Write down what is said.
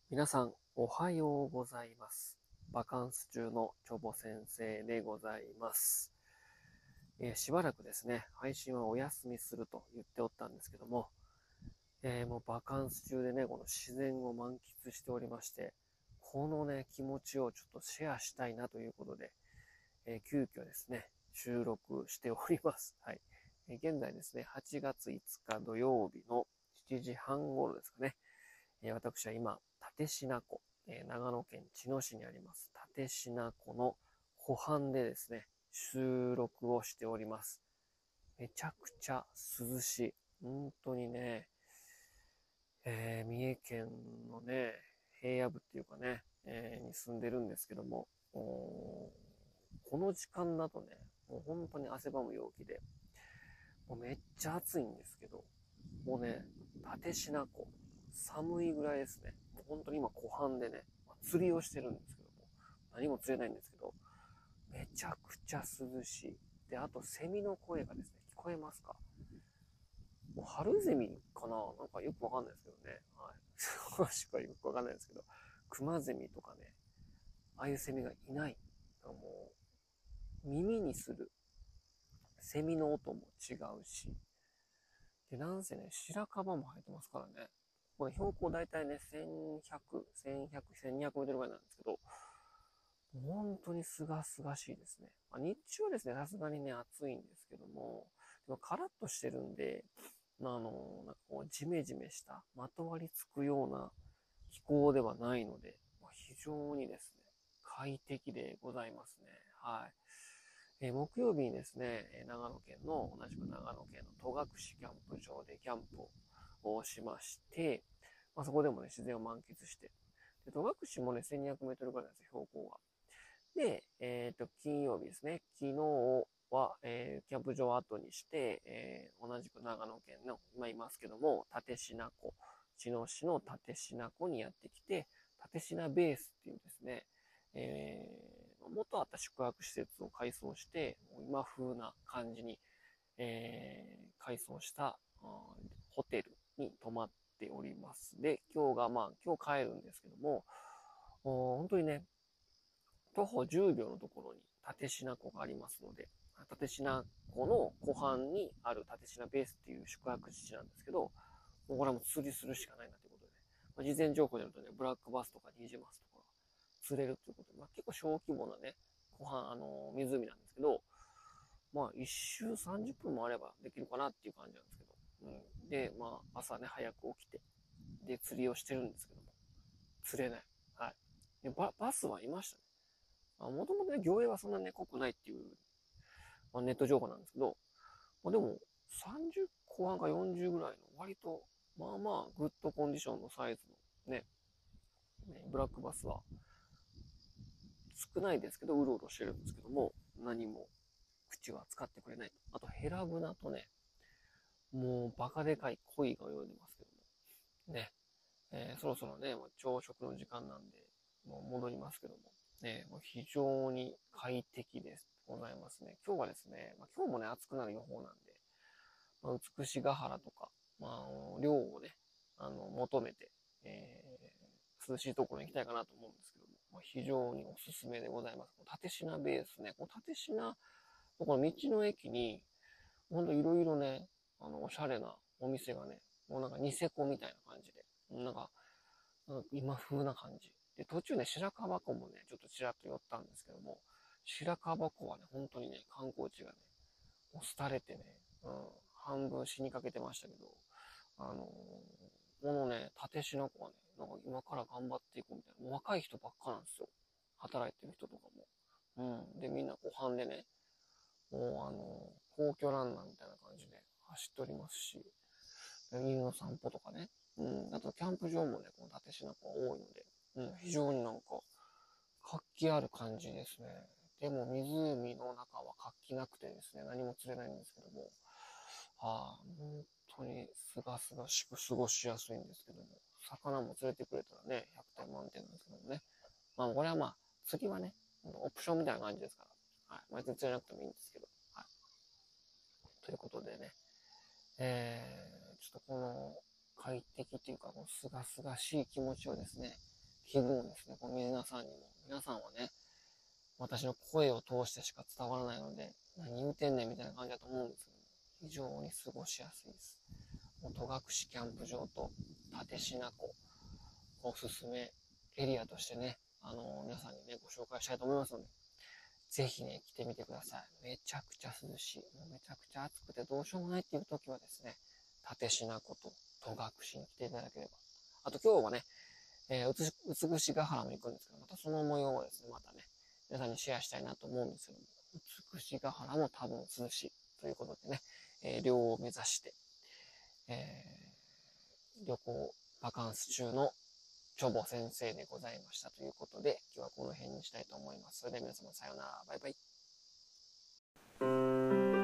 皆さん、おはようございます。バカンス中のチョボ先生でございます。しばらくですね、配信はお休みすると言っておったんですけども、もうバカンス中でね、この自然を満喫しておりまして、このね、気持ちをちょっとシェアしたいなということで、急遽ですね、収録しております。はい。現在ですね、8月5日土曜日の7時半頃ですかね。私は今、立科湖、長野県茅野市にあります立科湖の湖畔でですね、収録をしております。めちゃくちゃ涼しい。本当にね、三重県のね、平野部っていうかね、に住んでるんですけども、この時間だとね、もう本当に汗ばむ陽気で、もうめっちゃ暑いんですけど、もうね、立科湖、寒いぐらいですね。もう本当に今湖畔でね、釣りをしてるんですけども、何も釣れないんですけど、めちゃくちゃ涼しい。で、あとセミの声がですね、聞こえますか？もう春ゼミかな、なんかよくわかんないですけどね。はい。詳しくはよくわかんないですけど、クマゼミとかね、ああいうセミがいない。もう、耳にするセミの音も違うし、で、なんせね、白樺も生えてますからね。これ標高だいたいね、1100、1100、1200メートルぐらいなんですけど、本当にすがすがしいですね。日中はですね、さすがにね、暑いんですけども、でもカラッとしてるんで、なんかこう、ジメジメした、まとわりつくような気候ではないので、非常にですね、快適でございますね。はい。木曜日にですね、長野県の、同じく長野県の戸隠キャンプ場でキャンプをしまして、そこでもね、自然を満喫して、で戸隠もね、1200メートルぐらいなんですよ、標高が。で、金曜日ですね。昨日は、キャンプ場を後にして、同じく長野県の、今いますけども、立科湖、茅野市の立科湖にやってきて、立科ベースっていうですね、元あった宿泊施設を改装して、今風な感じに、改装した、ホテルに泊まっております。で、今日が、今日帰るんですけども、本当にね、徒歩10秒のところに立科湖がありますので、立科湖の湖畔にある立科ベースっていう宿泊地なんですけど、もうこれはもう釣りするしかないなということで、事前情報によるとね、ブラックバスとかニジマスとか釣れるということで、結構小規模なね、湖畔、湖なんですけど、一周30分もあればできるかなっていう感じなんですけど、で、朝ね、早く起きて、で、釣りをしてるんですけども、釣れない。はい。で、バスはいましたね。もともとね、魚影はそんなね、濃くないっていう、ネット情報なんですけど、でも、30後半か40ぐらいの、割と、グッドコンディションのサイズのね、ブラックバスは、少ないですけど、うろうろしてるんですけども、何も口は使ってくれない。あと、ヘラブナとね、もうバカでかい鯉が泳いでますけども、ね、そろそろね、朝食の時間なんで、もう戻りますけども、もう非常に快適です。ございますね。今日はですね、今日もね、暑くなる予報なんで、美しが原とか、量をね、求めて、涼しいところに行きたいかなと思うんですけども、非常におすすめでございます。立科ベースね、立科この道の駅に、ほんといろいろね、おしゃれなお店がね、もうなんかニセコみたいな感じで、なんか今風な感じ。で、途中ね、白樺湖もね、ちょっとちらっと寄ったんですけども、白樺湖はね、本当にね、観光地がね、もう廃れてね、半分死にかけてましたけど、このね、立科湖はね、なんか今から頑張っていこうみたいな、もう若い人ばっかなんですよ。働いてる人とかも。で、みんな湖畔でね、もう皇居ランナーみたいな感じで走っておりますし、犬の散歩とかね。あとキャンプ場もね、この立科湖は多いので、非常になんか活気ある感じですね。でも湖の中は活気なくてですね、何も釣れないんですけども、本当にすがすがしく過ごしやすいんですけども、魚も連れてくれたらね、100点満点なんですけどもね。これは釣りはね、オプションみたいな感じですから、はい。別に釣れなくてもいいんですけど、はい。ということでね、ちょっとこの快適というか、このすがすがしい気持ちをですね、 気分ですね。この皆さんにも。皆さんはね、私の声を通してしか伝わらないので、何言うてんねんみたいな感じだと思うんですけど、非常に過ごしやすいです。戸隠キャンプ場と立科湖、おすすめエリアとしてね、皆さんにね、ご紹介したいと思いますので、ぜひね、来てみてください。めちゃくちゃ涼しい。もうめちゃくちゃ暑くてどうしようもないっていう時はですね、立科湖と戸隠に来ていただければ。あと今日はね、美しが原も行くんですけど、またその模様をですね、またね、皆さんにシェアしたいなと思うんですけども、美しが原も多分涼しいということでね、両を目指して、旅行、バカンス中のチョボ先生でございましたということで、今日はこの辺にしたいと思います。それでは皆様さようなら、バイバイ。